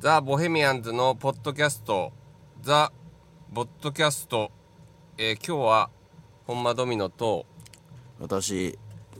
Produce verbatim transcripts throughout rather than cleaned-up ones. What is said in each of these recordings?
ザ・ボヘミアンズのポッドキャストザ・ボッドキャスト、えー、今日は本間ドミノと私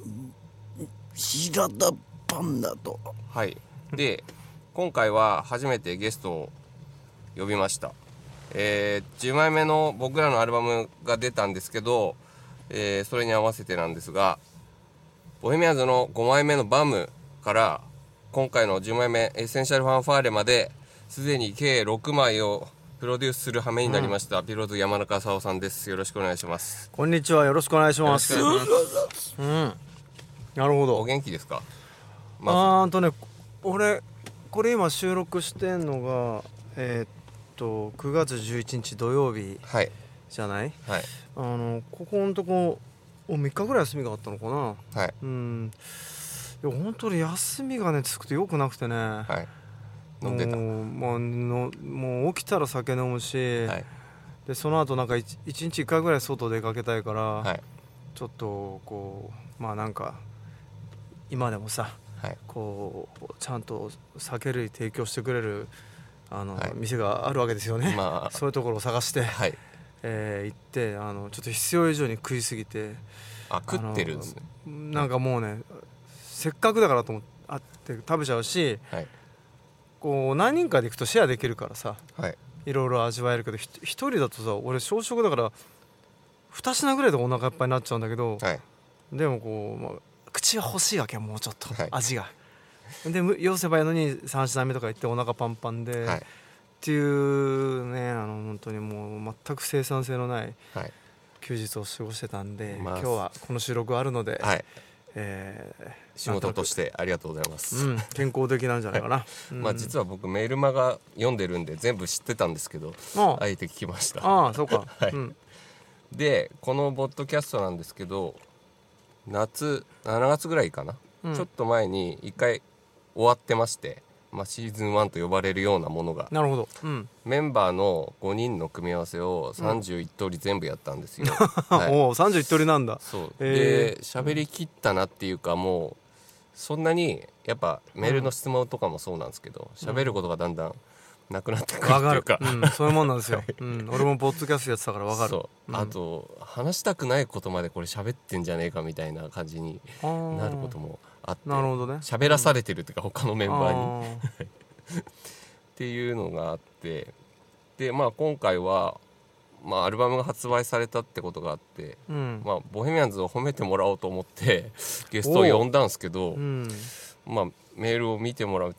平田パンダとはいで今回は初めてゲストを呼びました。えー、じゅうまいめの僕らのアルバムが出たんですけど、えー、それに合わせてなんですが、ボヘミアンズのごまいめのバムから今回のじゅうまいめエッセンシャルファンファーレまですでに計ろくまいをプロデュースする羽目になりました、うん、ピローズ山中沙央さんです。よろしくお願いします。 こんにちは、よろしくお願いします。うん、なるほど。 お元気ですか？ まずあーんとね俺これ今収録してんのがえー、っとくがつじゅういちにち土曜日じゃない、 はい、 あのここのとこみっかぐらい休みがあったのかな。 はい、 うん、いや本当に休みがねつくとよくなくてね、 はい、飲んでた。 もう、まあ、のもう起きたら酒飲むし、はい、でその後なんかいちにちいっかいぐらい外出かけたいから、はい、ちょっとこうまあなんか今でもさ、はい、こうちゃんと酒類提供してくれるあの、はい、店があるわけですよね、まあ、そういうところを探して、はい、えー、行ってあのちょっと必要以上に食いすぎて、 あ食ってるんですね。 なんかもうねせっかくだからと思ってあって食べちゃうし、はい、こう何人かで行くとシェアできるからさ、はい、いろいろ味わえるけど一人だとさ俺小食だからに品ぐらいでお腹いっぱいになっちゃうんだけど、はい、でもこう、まあ、口が欲しいわけもうちょっと、はい、味がでよせばいいのにさん品目とか行ってお腹パンパンで、はい、っていうねあの本当にもう全く生産性のない休日を過ごしてたんで、まあ、今日はこの収録があるので、はいえー、 仕事としてありがとうございます、 うん、健康的なんじゃないかな、はいうんまあ、実は僕メールマガ読んでるんで全部知ってたんですけどあえて聞きました。 ああそうか、 はいうん、 でこのポッドキャストなんですけど夏しちがつぐらいかな、うん、ちょっと前にいっかい終わってまして、まあ、シーズンワンと呼ばれるようなものがなるほど、うん、 メンバーのごにんの組み合わせをさんじゅういち通り全部やったんですよ、 うんはい、おさんじゅういち通りなんだ。 そうで喋り切ったなっていうかもうそんなにやっぱメールの質問とかもそうなんですけど喋、うん、ることがだんだんなくなってくるっていうか、 うん、そういうもんなんですよ、はいうん、俺もポッドキャストやってたから分かる。 そう、うん、あと話したくないことまでこれ喋ってんじゃねえかみたいな感じになることもあってなるほどね喋らされてるっていうか、うん、他のメンバーにっていうのがあってでまあ今回はまあアルバムが発売されたってことがあって、うんまあ、ボヘミアンズを褒めてもらおうと思ってゲストを呼んだんですけど、うんまあ、メールを見てもらって、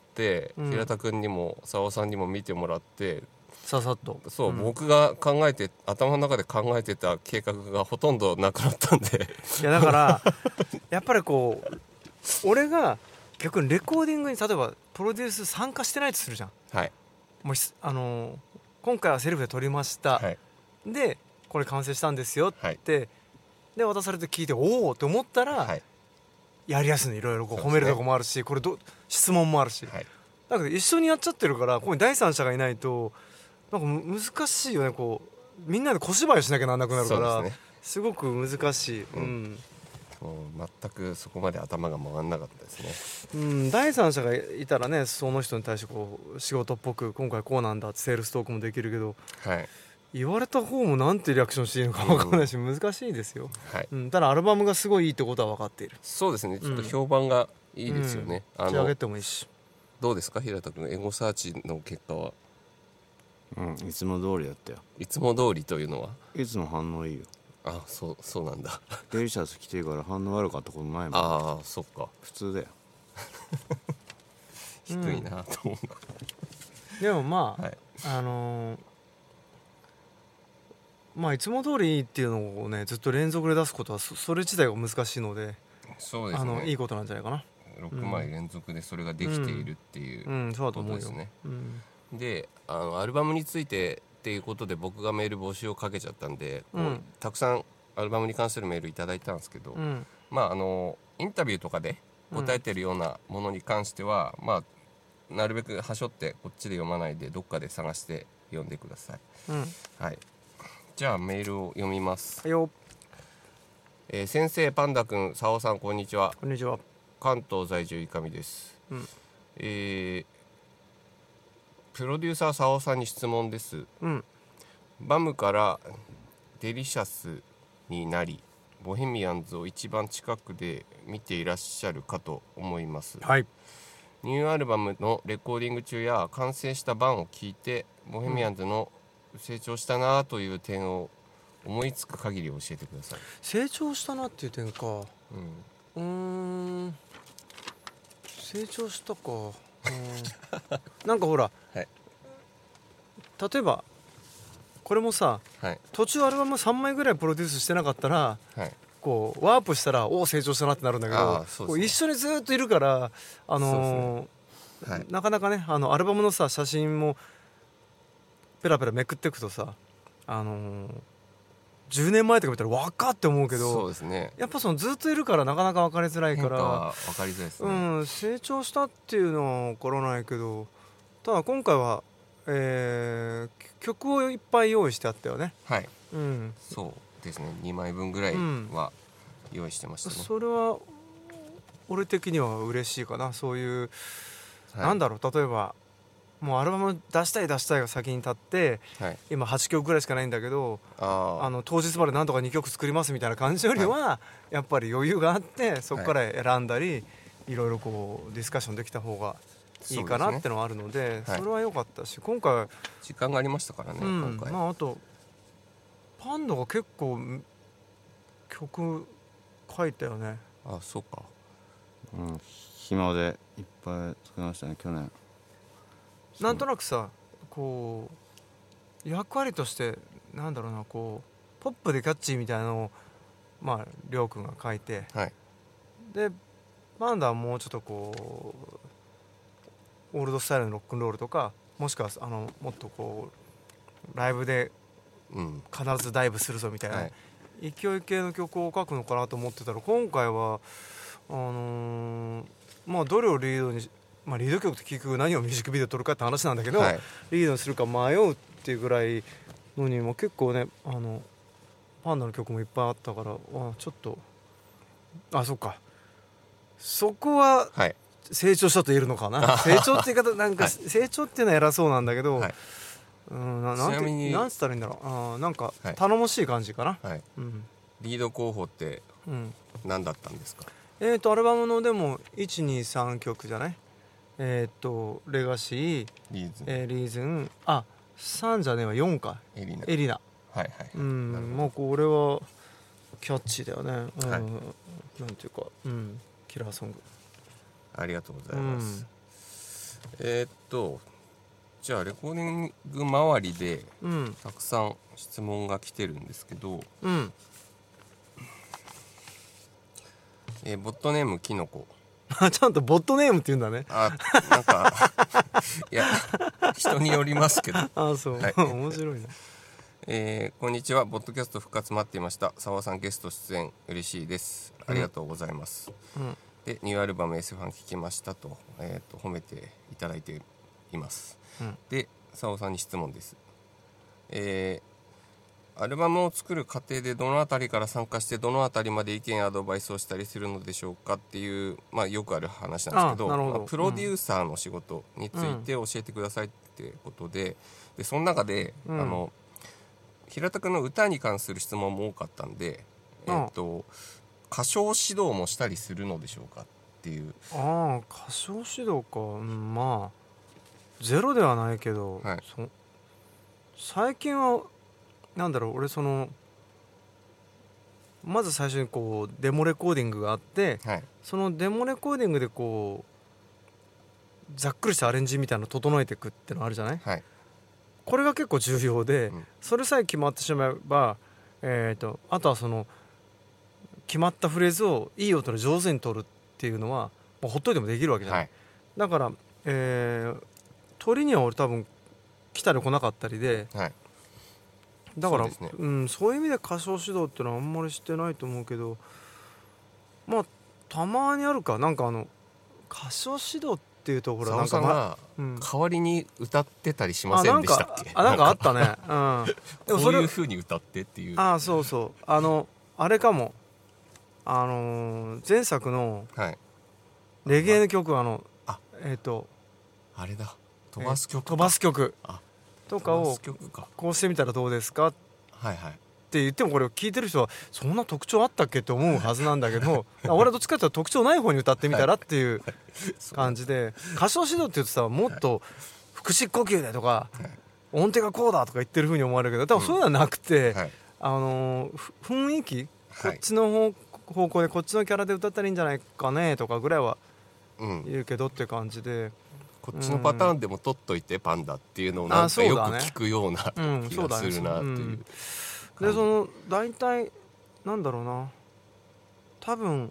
うん、平田君にも沙央さんにも見てもらってささっとそう、うん、僕が考えて頭の中で考えてた計画がほとんどなくなったんでいやだからやっぱりこう俺が逆にレコーディングに例えばプロデュース参加してないとするじゃん、はい、もうあのー、今回はセルフで撮りました、はい、でこれ完成したんですよって、はい、で渡されて聞いておおって思ったら、はい、やりやすいのいろいろこう褒めるとこもあるし、ね、これど質問もあるし、はい、だけど一緒にやっちゃってるからここに第三者がいないとなんか難しいよね。こうみんなで小芝居しなきゃなんなくなるから す,、ね、すごく難しい、うんうんもう全くそこまで頭が回らなかったですね、うん、第三者がいたらねその人に対してこう仕事っぽく今回こうなんだってセールストークもできるけど、はい、言われた方もなんてリアクションしていいのか分からないし、うん、難しいですよ、はいうん、ただアルバムがすごいいいってことは分かっている。 そうですねちょっと評判がいいですよね、 うん、あの仕上げてもいいし。 どうですか平田君エゴサーチの結果は。 うんいつも通りだったよ。 いつも通りというのは。 いつも反応いいよ。 あそうそうなんだデリシャス来てから反応悪かったことないもん。 ああそっか普通だよ低いなと思う、 うん、でもまあ、はい、あのー、まあいつも通りいいっていうのをねずっと連続で出すことは そ, それ自体が難しいのでそうですねあのいいことなんじゃないかな。 ろくまい連続でそれができているっていうことですね、うんうんうん、であのアルバムについてっていうことで僕がメール募集をかけちゃったんで、うん、たくさんアルバムに関するメールいただいたんですけど、うん、まああのインタビューとかで答えてるようなものに関しては、うん、まあなるべくはしょってこっちで読まないでどっかで探して読んでください、うんはい、じゃあメールを読みます。 はいよ、 えー、先生パンダ君沙央さんこんにちは。 こんにちは。 関東在住いかみです、うんえープロデューサー沢尾さんに質問です、うん、バムからデリシャスになりボヘミアンズを一番近くで見ていらっしゃるかと思います、はい、ニューアルバムのレコーディング中や完成した版を聞いてボヘミアンズの成長したなという点を思いつく限り教えてください。 成長したなっていう点か、うん、うーん成長したか、うんなんかほら、はい、例えばこれもさ、はい、途中アルバムさんまいぐらいプロデュースしてなかったら、はい、こうワープしたらおお成長したなってなるんだけど、こう一緒にずっといるからあのーはい、なかなかねあのアルバムのさ写真もペラペラめくっていくとさあのー、じゅうねんまえとか見たらわかって思うけど、そうですね、やっぱそのずっといるからなかなか分かりづらいから分かりづらいですね、 うん、成長したっていうのは分からないけど、ただ今回は、えー、曲をいっぱい用意してあったよね。はい、 うん、そうですねにまいぶんぐらいは用意してましたね、 うん、それは俺的には嬉しいかな。そういう、はい、なんだろう例えばもうアルバム出したい出したいが先に立って、はい、今はちきょくぐらいしかないんだけど あ, あの当日までなんとかにきょく作りますみたいな感じよりは、はい、やっぱり余裕があってそこから選んだり、はい、いろいろこうディスカッションできた方がいいかなってのはあるの で, そ, で、ね、それは良かったし、はい、今回時間がありましたからね、うん、今回、 まあ、あとパンダが結構曲書いたよね。 あ、そうか、 うん、暇でいっぱい作りましたね去年。 なんとなくさこう役割としてなんだろうなこうポップでキャッチーみたいなのをまありょうくんが書いて、はい、でパンダはもうちょっとこうオールドスタイルのロックンロールとかもしくはあのもっとこうライブで必ずダイブするぞみたいな、うんはい、勢い系の曲を書くのかなと思ってたら今回はあのー、まあどれをリードにまあ、リード曲って結局何をミュージックビデオ撮るかって話なんだけど、はい、リードにするか迷うっていうぐらいのにも結構ねあのパンダの曲もいっぱいあったからあちょっとあそっかそこは成長したと言えるのかな、はい、成長って言い方なんか、はい、成長っていうのは偉そうなんだけど、はい、うんななんてなんつったらいいんだろうあなんか頼もしい感じかな、はいうん、リード候補って何だったんですか？ うん、えーとアルバムのでもいちにさんきょくじゃないえー、っとレガシーリーズン、えー、リーズンあさんじゃねえわよんかエリナエリナはいはいうんもうこれはキャッチーだよね、うんはい、なんていうか、うん、キラーソングありがとうございます、うん、えー、っとじゃあレコーディング周りでたくさん質問が来てるんですけど、うんえー、ボットネームキノコちゃんとボットネームって言うんだね。 あ、なんかいや人によりますけど。 あ、そう、はい、面白いな。 えー、こんにちは。ポッドキャスト復活待っていました。沢さんゲスト出演嬉しいです。ありがとうございます。うん、でニューアルバム エス ファン聞きましたと、えー、と褒めていただいています。うん、で沢さんに質問です。えーアルバムを作る過程でどのあたりから参加してどのあたりまで意見やアドバイスをしたりするのでしょうかっていう、まあ、よくある話なんですけど、あ、まあ、プロデューサーの仕事について教えてくださいってことで、うん、でその中で、うん、あの平田君の歌に関する質問も多かったんで、うん、えーと、歌唱指導もしたりするのでしょうかっていう。 ああ歌唱指導か、うん、まあゼロではないけど、はい、そ最近はなんだろう俺そのまず最初にこうデモレコーディングがあって、はい、そのデモレコーディングでこうざっくりしたアレンジみたいなのを整えていくってのあるじゃない、はい、これが結構重要で、うん、それさえ決まってしまえば、えーと、あとはその決まったフレーズをいい音で上手に取るっていうのはもうほっといてもできるわけじゃない、はい、だから、えー、鳥には俺多分来たり来なかったりで、はいだから そうですね、うん、そういう意味で歌唱指導ってのはあんまりしてないと思うけどまあたまにあるかなんかあの歌唱指導っていうところはなんか、まうん、代わりに歌ってたりしませんでしたっけ？ あなんかあったね、うん、 でもそれこういう風に歌ってっていうあそうそうあのあれかもあのー、前作のレゲエの曲、はい、あのあえっ、ー、とあれだ飛ばす曲飛ばす曲とかをこうしてみたらどうですか、 はいはい、 って言ってもこれを聞いてる人はそんな特徴あったっけって思うはずなんだけど俺はどっちかというと特徴ない方に歌ってみたらっていう感じで、歌唱指導って言うとさもっと腹式呼吸でとか音程がこうだとか言ってる風に思われるけど多分そういうのはなくて、うんはい、あの雰囲気こっちの方向でこっちのキャラで歌ったらいいんじゃないかねとかぐらいは言うけどっていう感じで、 こっちのパターンでも取っといてパンダっていうのをなんかよく聞くような気がするなっていう。 でその大体なんだろうな、多分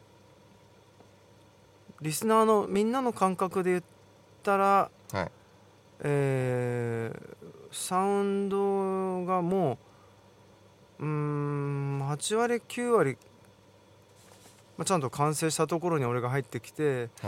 リスナーのみんなの感覚で言ったら、はい、えー、サウンドがもう、うーんはち割きゅう割、まあ、ちゃんと完成したところに俺が入ってきて、はい、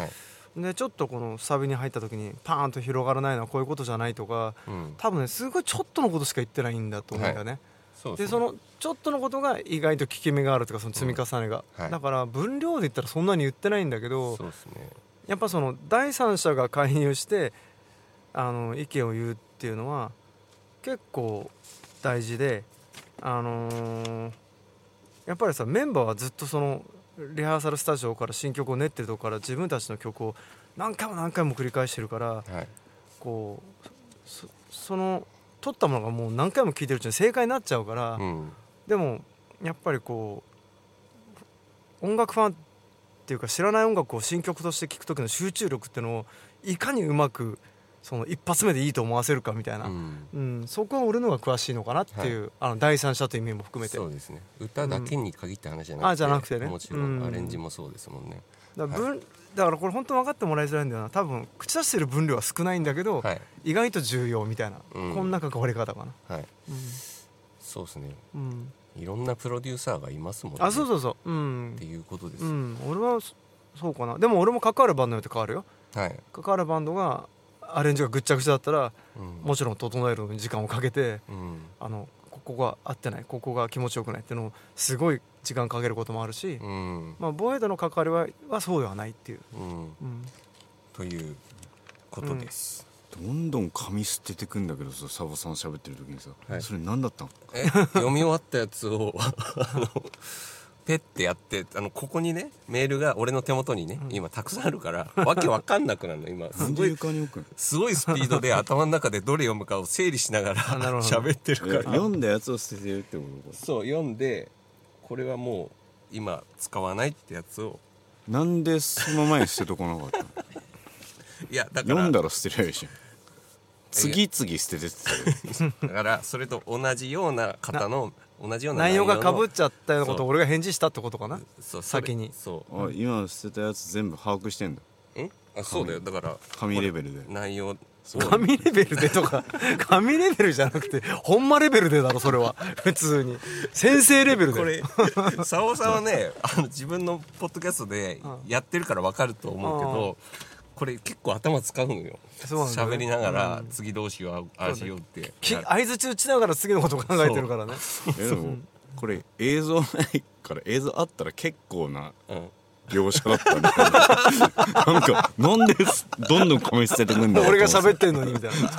でちょっとこのサビに入った時にパーンと広がらないのはこういうことじゃないとか、うん、多分ねすごいちょっとのことしか言ってないんだと思うんだよね、はい、そうですね。でそのちょっとのことが意外と効き目があるというかその積み重ねが、うんはい、だから分量で言ったらそんなに言ってないんだけど、そうですね、やっぱその第三者が介入してあの意見を言うっていうのは結構大事で、あのー、やっぱりさメンバーはずっとそのリハーサルスタジオから新曲を練ってるとこから自分たちの曲を何回も何回も繰り返してるから、はい、こう そ, その撮ったものがもう何回も聴いてるうちに正解になっちゃうから、うん、でもやっぱりこう音楽ファンっていうか知らない音楽を新曲として聴く時の集中力っていうのをいかにうまくその一発目でいいと思わせるかみたいな、うんうん、そこは俺の方が詳しいのかなっていう、はい、あの第三者という意味も含めて。 そうですね、歌だけに限った話じゃなくて、うん、あじゃなくてね、もちろんアレンジもそうですもんね、 うん、だから、はい、だからこれ本当分かってもらいづらいんだよな。多分口出してる分量は少ないんだけど、はい、意外と重要みたいな、うん、こんな関わり方かな、はい、 うん、そうですね、うん、いろんなプロデューサーがいますもんね。 あそうそうそう、うん、 っていうことです、 うん、俺はそうかな。でも俺も関わるバンドによって変わるよ、はい、関わるバンドがアレンジがぐっちゃぐちゃだったら、うん、もちろん整えるのに時間をかけて、うん、あのここが合ってない、ここが気持ちよくないっていうのをすごい時間かけることもあるし、うん、まあボーヘイドの関わり は, はそうではないっていう、うんうん、 ということです、 うん、どんどん紙捨ててくんだけどさ、サボさん喋ってる時にさ、はい、それ何だったの？ え読み終わったやつをあのペッてやって、あのここにねメールが俺の手元にね、うん、今たくさんあるからわけわかんなくなるの今すごいすごいスピードで頭の中でどれ読むかを整理しながら喋ってるから、 読んだやつを捨ててるってこと？そう読んで、これはもう今使わないってやつを。 なんでその前に捨てとこなかったの？いやだから読んだら捨てりゃいいし、次々捨ててってだからそれと同じような方の同じような内容がかぶっちゃったようなことを俺が返事したってことかな。そう先にそう、あ今捨てたやつ全部把握してんだ。 んあそうだよ、だから紙レベルで内容紙レベルでとか紙レベルじゃなくてほんまレベルでだろそれは普通に先生レベルで。 これ沙央さんはねあの自分のポッドキャストでやってるから分かると思うけど、これ結構頭使うのよ。喋、ね、りながら次どうしよう、ああしようって相づち打ちながら次のこと考えてるからね。 でもこれ映像ないから映像あったら結構な描写だったみたいななんかなんでどんどん紙捨ててくんだろう俺が喋ってんのにみたいない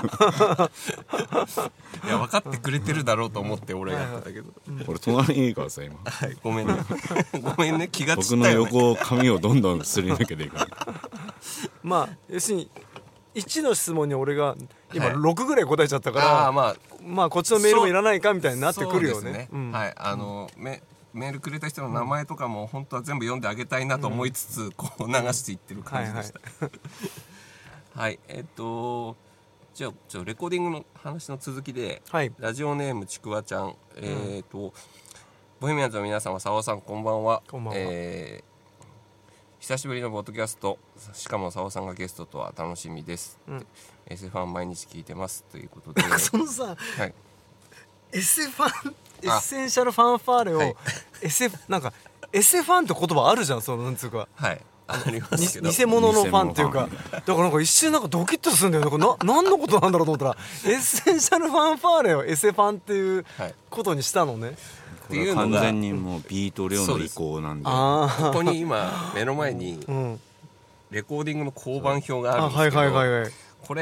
や分かってくれてるだろうと思って俺がやってたけど、 俺隣にいいからさ今、 はい、ごめんねごめんね気が散ったよね。僕の横を紙をどんどんすり抜けていくまあ要するにいちの質問に俺が今ろくぐらい答えちゃったから、はい、あまあまあこっちのメールもいらないかみたいになってくるよね。そうですね、うん、はいあの、 うん、メ, メールくれた人の名前とかも本当は全部読んであげたいなと思いつつ、うん、こう流していってる感じでした、うん、はい、はいはい、えっとじゃあちょレコーディングの話の続きで、はい、ラジオネームちくわちゃん、えー、っと、うん、ボヘミアンズの皆様、沙央さんこんばんは。こんばんは、えー久しぶりのポッドキャスト、しかも沙央さんがゲストとは楽しみです、うん、エスエフ ファン毎日聞いてますということでそのさ、はい、エスエフ ファンエッセンシャルファンファーレを、はい、エスエフ なんか エスエフ ファンって言葉あるじゃん、そのなんつうか、 はいありますけど偽物のファンっていうかだからなんか一瞬なんかドキッとするんだよね。な何のことなんだろうと思ったらエッセンシャルファンファーレを エスエフ ファンっていうことにしたのね、はいっていうのが完全にもうビート量の移行なんで、 ここに今目の前にレコーディングの交番表があるんですけど、これ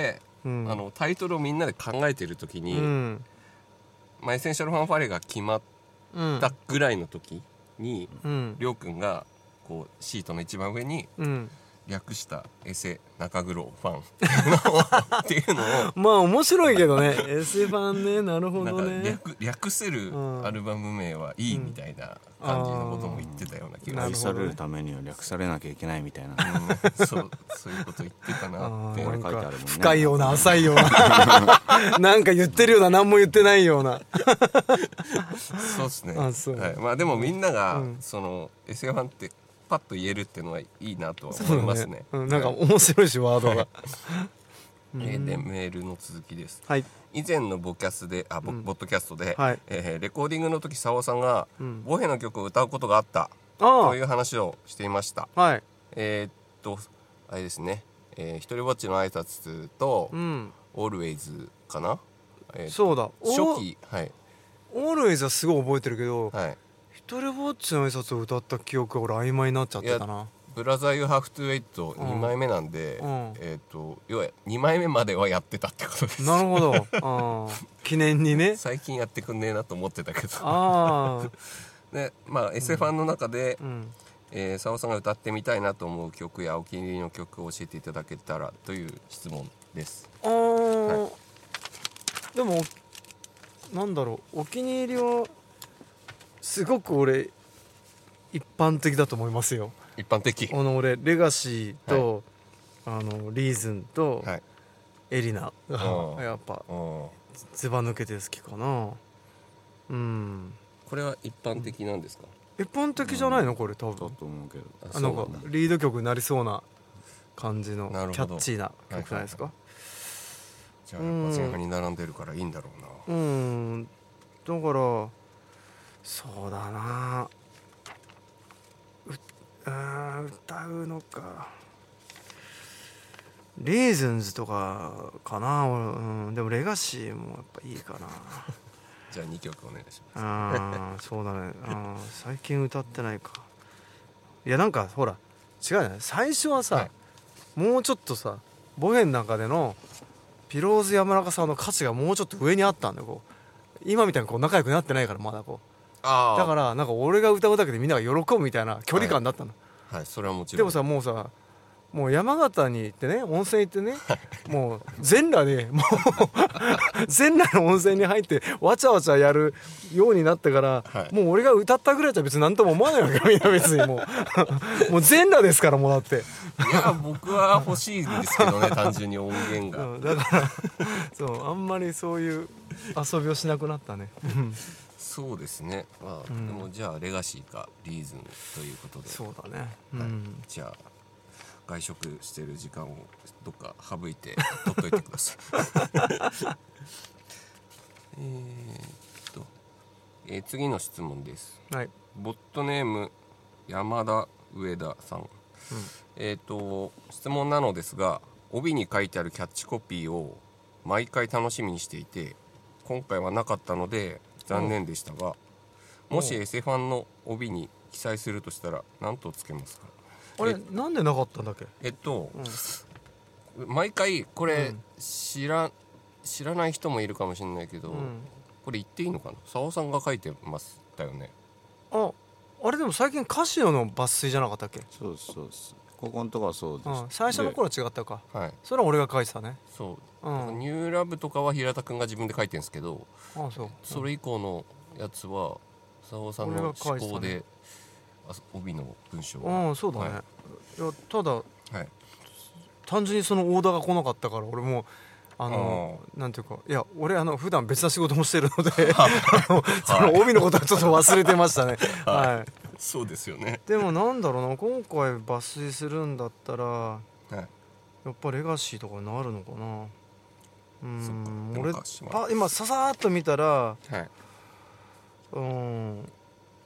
うん、あのタイトルをみんなで考えてる時に、うんまあ、エッセンシャルファンファレが決まったぐらいの時に、うん、りょうくんがこうシートの一番上に、うん略したエセ中黒ファンっていうのをまあ面白いけどねエセファンねなるほどね略, 略せるアルバム名はいいみたいな感じのことも言ってたような気がする、 愛されるためには略されなきゃいけないみたいな、 うん、そうそういうこと言ってたなってこれ書いてあるもんね。 深いような浅いようななんか言ってるような何も言ってないようなそうですね。あそう、はい、まあでもみんなが、うん、そのエセファンってパッと言えるっていうのはいいなとは思いますね。 うん、なんか面白いしワードが、はいえー、でメールの続きです、 はい、 以前のボキャスであボ、うん、ボッドキャストで、はいえー、レコーディングの時澤さんが、うん、ボヘの曲を歌うことがあったという話をしていました。 はい、 えー、っとあれですね、えー、ひとりぼっちの挨拶と、うん、Always かな、 えー、そうだ初期、はい、 Always はすごい覚えてるけど、はい一人ぼっちの挨拶を歌った記憶が俺曖昧になっちゃってたな。 ブラザー You Have to Wait にまいめなんで、うん、えっ、ー、と要はにまいめまではやってたってことです。 なるほどあ記念にね最近やってくんねえなと思ってたけどあでまあ エスエフ ファンの中で、うんえー、澤さんが歌ってみたいなと思う曲やお気に入りの曲を教えていただけたらという質問です。 あ、はい、でもなんだろうお気に入りはすごく俺一般的だと思いますよ。 一般的あの俺レガシーと、はい、あのリーズンと、はい、エリナがやっぱずば抜けて好きかな。うんこれは一般的なんですか？ 一般的じゃないのこれ多分。 だと思うけどあなんかリード曲になりそうな感じのキャッチーな曲じゃないですか。 じゃあやっぱ前半に並んでるからいいんだろうな。うんだからそうだなうあ歌うのかレーズンズとかかな、うん、でもレガシーもやっぱいいかなじゃあにきょくお願いします。 あそうだねあ最近歌ってないか。いやなんかほら違うね最初はさ、はい、もうちょっとさボヘンの中でのピローズ山中さんの価値がもうちょっと上にあったんだよ。こう今みたいにこう仲良くなってないからまだこうだからなんか俺が歌うだけでみんなが喜ぶみたいな距離感だったの、 はい、はい、それはもちろん。 でもさもうさもう山形に行ってね温泉行ってねもう全裸でもう全裸の温泉に入ってわちゃわちゃやるようになってから、はい、もう俺が歌ったぐらいじゃ別に何とも思わないわけよみんな別にもうもう全裸ですからもうだっていや僕は欲しいんですけどね単純に音源が、 うん、だからそうあんまりそういう遊びをしなくなったねそうですね、まあうん、でもじゃあレガシーかリーズンということでそうだね、うんはい、じゃあ外食してる時間をどっか省いて取っといてくださいえっと、えー、次の質問です、 はい、 ボットネーム山田上田さん、うん、えっと質問なのですが帯に書いてあるキャッチコピーを毎回楽しみにしていて今回はなかったので残念でしたが、もしエセファンの帯に記載するとしたら何とつけますか？ あれなんでなかったんだっけ？ えっと、うん、毎回これ知ら、知らない人もいるかもしれないけど、うん、これ言っていいのかな？澤さんが書いてましたよね。 あ、あれでも最近カシオの抜粋じゃなかったっけ？ そうですそうです。ここのとこはそうです、うん、 最初の頃は違ったか、はい、それは俺が書いてたね。 そう、うん、ニューラブとかは平田くんが自分で書いてるんですけど、 ああそう、うん、 それ以降のやつは澤さんの思考で、ね、帯の文章は、ああそうだね、はい、いやただ、はい、単純にそのオーダーが来なかったから俺もあのなんていうかいや俺あの普段別な仕事もしてるのであのその帯のことはちょっと忘れてましたねはい、はい、 そうですよね。 でもなんだろうな今回抜粋するんだったら、はい、やっぱレガシーとかになるのかな。うん俺パ今ささーっと見たら、はい、うん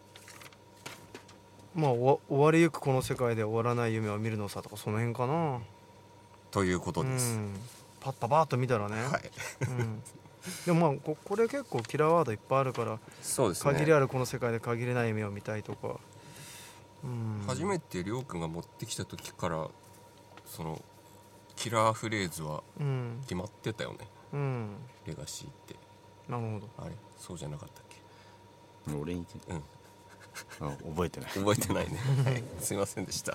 まあ終わりゆくこの世界で終わらない夢を見るのさとかその辺かなということです。 うんパッパパッと見たらね、 はいうん、でもまあ こ, これ結構キラーワードいっぱいあるからそうですね、 限りあるこの世界で限りない夢を見たいとか、 うん、初めてりょうくんが持ってきた時からそのキラーフレーズは決まってたよね、うん、レガシーって。 なるほど。 あれそうじゃなかったっけ。 俺に、 うん、 あ覚えてない覚えてないね、はい、すいませんでした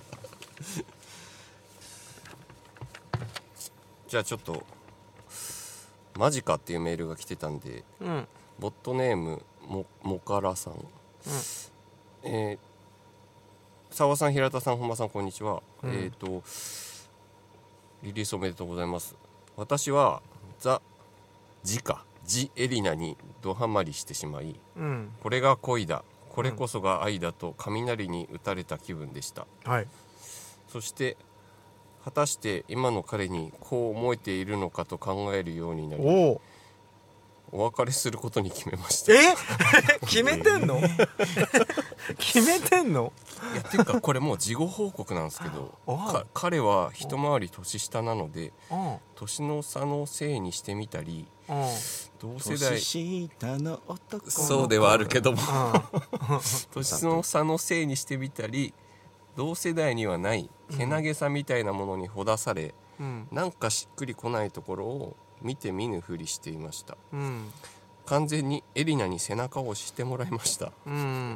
じゃあちょっとマジかっていうメールが来てたんで、うん、ボットネームももからさん、うん、えー、澤さん、平田さん、本間さん、こんにちは、うん、えっ、ー、とリリースおめでとうございます。私はザ・ジカジ・エリナにドハマりしてしまい、うん、これが恋だ、これこそが愛だと雷に打たれた気分でした、はい、そして果たして今の彼にこう思えているのかと考えるようになり、おお別れすることに決めました。 え決めてんの決めてんの。 いやていうかこれもう事後報告なんですけど彼は一回り年下なので年の差のせいにしてみたり、同世代年下の男そうではあるけども年の差のせいにしてみたり、同世代にはないけなげさみたいなものにほだされ、うん、なんかしっくりこないところを見て見ぬふりしていました、うん、完全にエリナに背中を押してもらいました、うん、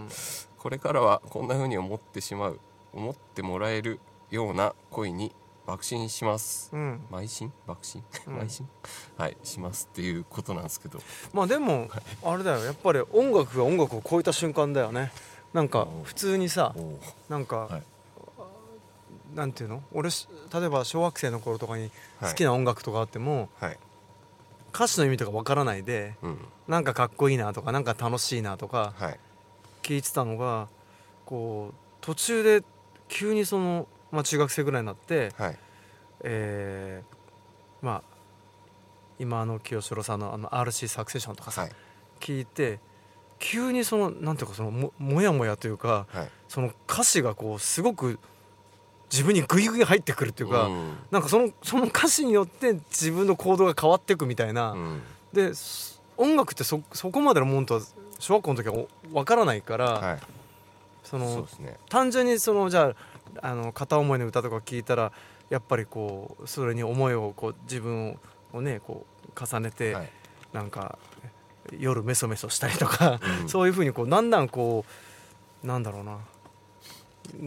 これからはこんな風に思ってしまう思ってもらえるような恋に爆心します、うん、邁進爆心邁進、うん、はいしますっていうことなんですけど、 まあでもあれだよ、やっぱり音楽が音楽を超えた瞬間だよね。なんか普通にさ、なんか、はい、なんていうの、俺例えば小学生の頃とかに好きな音楽とかあっても、はい、歌詞の意味とかわからないで、うん、なんかかっこいいなとかなんか楽しいなとか聞いてたのが、こう途中で急にその、まあ、中学生ぐらいになって、はい、えー、まあ今の清志郎さんのあの アールシー サクセションとかさ、はい、聞いて急にそのなんていうかその も, もやもやというか、はい、その歌詞がこうすごく自分にグイグイ入ってくるっていうか、うん、なんかそのその歌詞によって自分の行動が変わっていくみたいな、うん、で音楽って そ, そこまでのもんとは小学校の時は分からないから、はい、そのそうですね、単純にそのじゃあ、あの片思いの歌とか聞いたらやっぱりこうそれに思いをこう自分をねこう重ねて、はい、なんか夜メソメソしたりとか、うん、そういう風にこうだんだんこうなんだろうな、うん、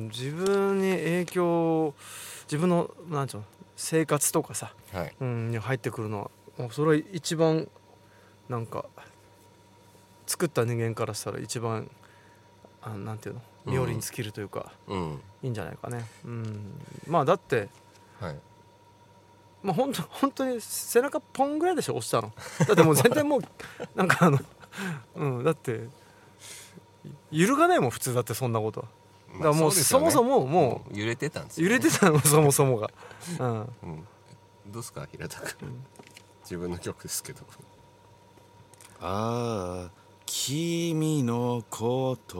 自分に影響、自分のなんていうの生活とかさ、はい、うん、に入ってくるのはそれは一番なんか作った人間からしたら一番あなんていうの冥利に尽きるというか、うん、いいんじゃないかね、うん、まあだって、はい、まあ、本当本当に背中ポンぐらいでしょ押したの。だってもう全然もうなんかあの、うん、だって揺るがないもん普通だってそんなことは。だからもう そ, う、ね、そもそももう揺れてたんですよ、 ね、揺れてたのそもそもが、うんうん、 どうですか平田君、うん、自分の曲ですけど。 ああ君のこと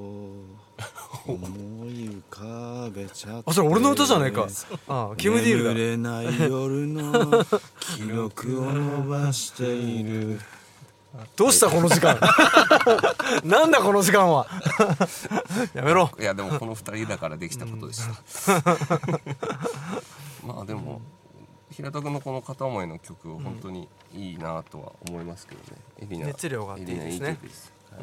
思い浮かべちゃって、 あ、それ俺の歌じゃないか。ああキム・ディールだ。 眠れない夜の記録を伸ばしているどうしたこの時間なんだこの時間はやめろ。 いやでもこのふたりだからできたことでした、うん、まあでも、うん、平田君のこの片思いの曲を本当にいいなとは思いますけどね、 うん、エリナ熱量があっていいですね。 はい、うん、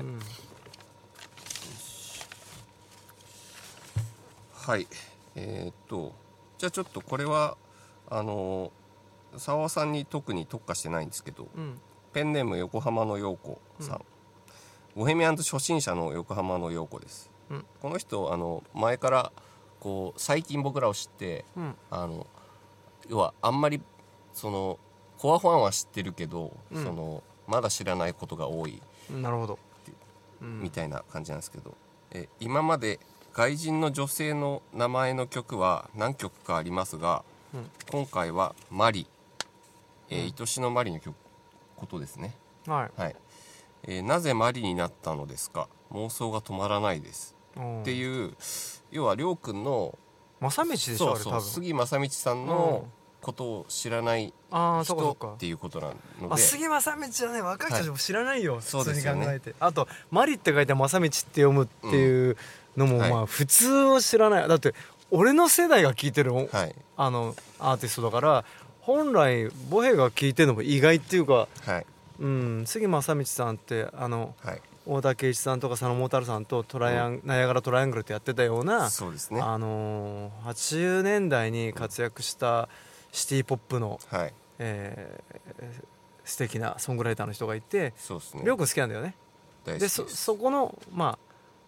はい、えー、っとじゃあちょっとこれはあの澤さんに特に特化してないんですけど、うん、ペンネーム横浜の陽子さん、うん、ボヘミアンズ初心者の横浜の陽子です、うん、この人あの前からこう最近僕らを知って、うん、あの要はあんまりそのコアファンは知ってるけど、うん、そのまだ知らないことが多い、 なるほど、 うん、みたいな感じなんですけど、え今まで外人の女性の名前の曲は何曲かありますが、うん、今回はマリ、えー、愛しのマリの曲ことですね、はいはい、えー、なぜマリになったのですか、妄想が止まらないですっていう、要はりょうくんの正道でしょ、そうそう、 あれ多分杉正道さんのことを知らない人っていうことなので、 ああ杉正道はね若い人も知らないよ、はい、普通に考えて、ね、あとマリって書いて正道って読むっていうのもまあ普通は知らない、だって俺の世代が聴いてる、 はい、 あのアーティストだから本来ボヘが聴いてるのも意外っていうか、 はい、 うん、杉正道さんってあの、はい、大田圭一さんとか佐野元春さんとトライアン、うん、ナイアガラトライアングルってやってたような、 そうですね、 あのー、はちじゅうねんだいに活躍したシティポップの、はい、えー、素敵なソングライターの人がいて、 そうですね、 りょうくん好きなんだよね。で そ, そこのま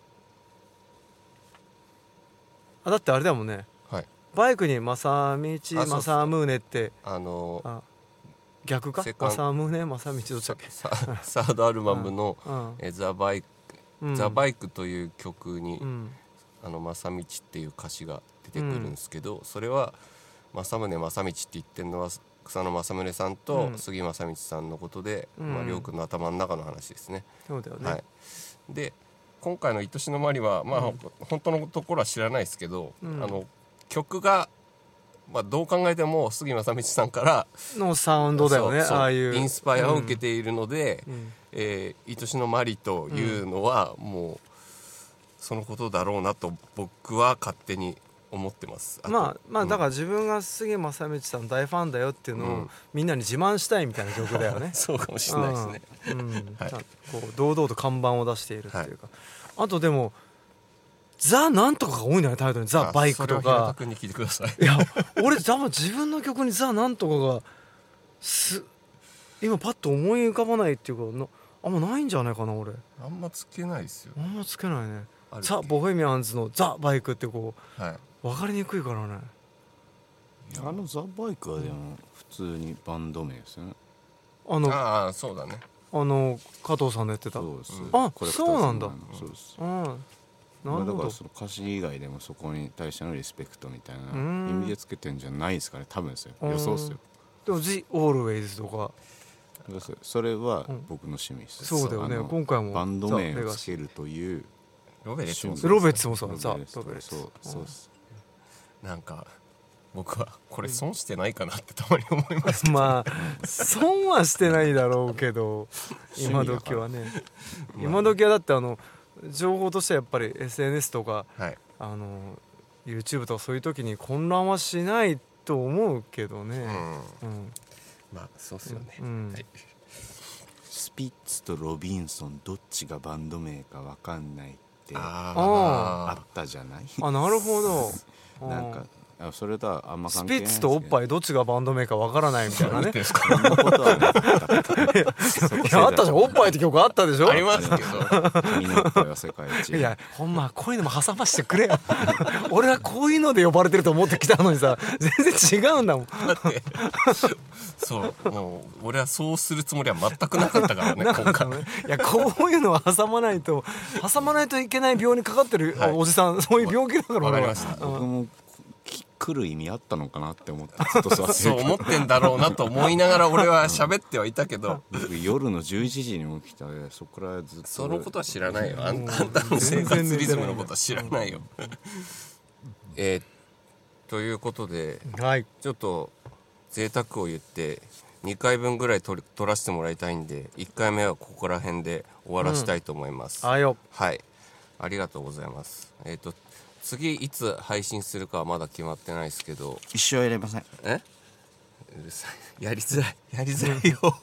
ああだってあれだもんね、はい、バイクに正道正宗ってあのー、あ逆か正宗正道どっちだっけサ, サードアルバムの「ザ・バイク」ザ・バイクという曲に、うん、あの正道っていう歌詞が出てくるんですけど、うん、それは正宗正道って言ってるのは草野正宗さんと杉正道さんのことで、うん、まあ、りょうくんの頭の中の話ですね。 そうだよね、 はい、で今回の「愛しのマリ」は、まあうん、本当のところは知らないですけど、うん、あの曲が、まあ、どう考えても杉正道さんからのサウンドだよね。ああいうインスパイアを受けているので、うん、えー、愛しのマリというのは、うん、もうそのことだろうなと僕は勝手に思ってます。 まあまあだから自分が杉正道さん大ファンだよっていうのを、うん、みんなに自慢したいみたいな曲だよね。 そうかもしれないですね、 うんうん、はい、こう堂々と看板を出しているっていうか、はい、あとでもザなんとかが多いんだよね、タイトルにザバイクとか。それは平田君に聞いてください。いや俺多分自分の曲にザなんとかがす今パッと思い浮かばないっていうかな、あんまないんじゃないかな。俺あんまつけないですよ。 あんまつけないね。ザ・ボヘミアンズのザ・バイクってこう、はい、分かりにくいからね。 あのザ・バイクはでも普通にバンド名ですよね。 あのああそうだね、 あの加藤さんのやってた。 そうです、 うん、あそうなんだ。 そうです、 うん、なるほど。 だからその歌詞以外でもそこに対してのリスペクトみたいな意味でつけてんじゃないですかね、多分ですよ、予想ですよ。 でも The Always とかそれは僕の趣味です、 うん、そうだよね。今回もバンド名をつけるというロベレツもロベツもそうザ・ロベレツ。そうそうです。 なんか僕はこれ損してないかなってたまに思いますけど、 まあ損はしてないだろうけど今時はね今時はだってあの情報としてはやっぱり エスエヌエス とか、はい、あの YouTube とかそういう時に混乱はしないと思うけどね、うんうん、 まあそうっすよね、 うん、 はい、 スピッツとロビンソンどっちがバンド名か分かんないってあったじゃない。 あなるほど。 なんかそれとはあんま関係ないですけど、 スピッツとおっぱいどっちがバンド名かわからないみたいなね。 そんなことはなかった。 いやあったじゃん、おっぱいって曲あったでしょ。 ありますけど君のおっぱいは世界一。 いやほんまこういうのも挟ましてくれよ俺はこういうので呼ばれてると思ってきたのにさ全然違うんだもん。 だってそうもう俺はそうするつもりは全くなかったからね今回。 いやこういうのは挟まないと挟まないといけない病にかかってるおじさん、はい、そういう病気だから俺は。わかりました。 僕も来る意味あったのかなって思ってずっと座ってそう思ってんだろうなと思いながら俺は喋ってはいたけど僕夜のじゅういちじに起きたでそこからずっとそのことは知らないよ。あんたの生活リズムのことは知らないよえー、ということで、 はい、 ちょっと贅沢を言ってにかいぶんぐらい取らせてもらいたいんでいっかいめはここら辺で終わらせたいと思います、 うん、あよはいありがとうございます。えっ、ー、と次いつ配信するかはまだ決まってないですけど一生やれません。 えうるさいやりづらいやりづらいよ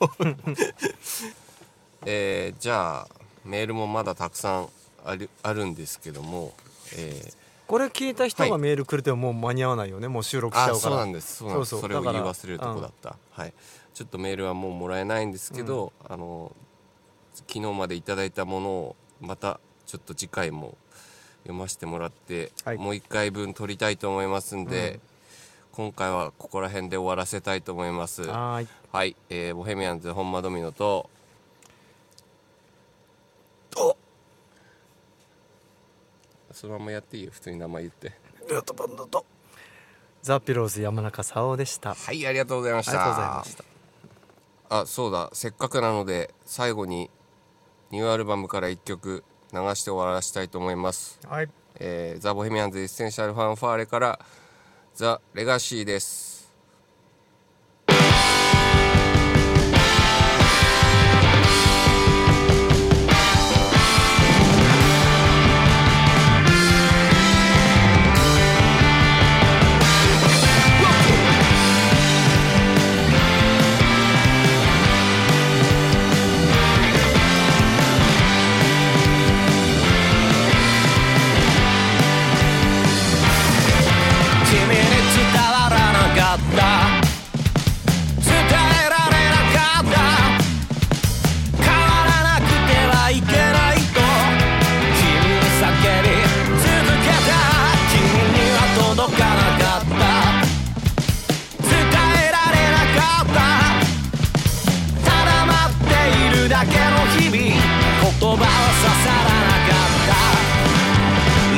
えー、じゃあメールもまだたくさんある、あるんですけども、えー、 これ聞いた人がメールくれてももう間に合わないよね、はい、もう収録しちゃうから。 あそうなんですそうなんです。そうそうそれを言い忘れるとこだった、うん、はい、ちょっとメールはもうもらえないんですけど、うん、あの昨日までいただいたものをまたちょっと次回も読ませてもらって、はい、もういっかいぶん撮りたいと思いますんで、うん、今回はここら辺で終わらせたいと思います。 はい、 はい、えー、ボヘミアンズ本間ドミノとおそのままやっていいよ、普通に名前言って。 レオトバンドとザ・ピローズ山中沙央でした。 はい、ありがとうございました。 ありがとうございました。 あ、そうだ、せっかくなので最後にニューアルバムからいっきょく流して終わらせたいと思います、 はい、 えー、ザ・ボヘミアンズエッセンシャルファンファーレからザ・レガシーです。 葉は刺さらなかった。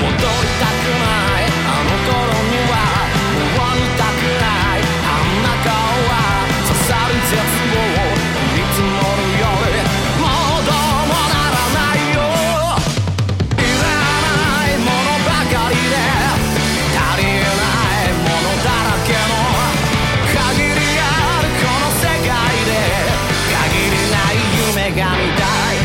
戻りたくないあの頃にはもう見たくないあんな顔は刺さる絶望降り積もる夜もうどうもならないよ。いらないものばかりで足りないものだらけの限りあるこの世界で限りない夢が見たい。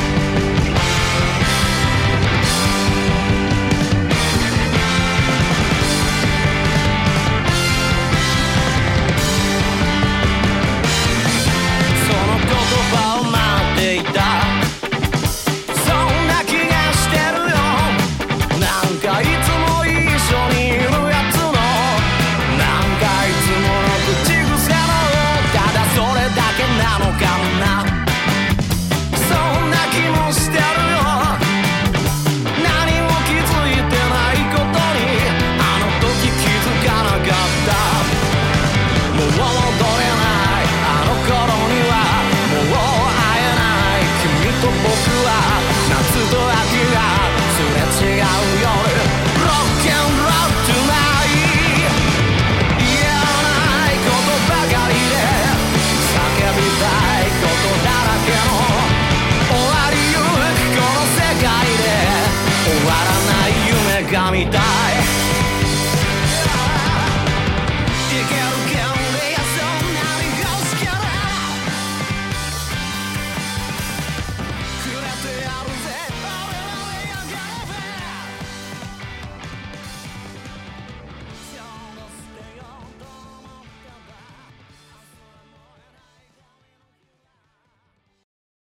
その言葉を待っていた。そんな気がしてるよ。なんかいつも一緒にいるやつのなんかいつもの口癖のただそれだけなのかもな。そんな気もしてるよ。何も気づいてないことにあの時気づかなかった。もう戻れないあの頃にはもう会えない君と僕は夏と秋がすれ違う夜 Rock and Roll Tonight 言えないことばかりで叫びたいことだらけの終わりゆくこの世界で終わらない夢が見たい。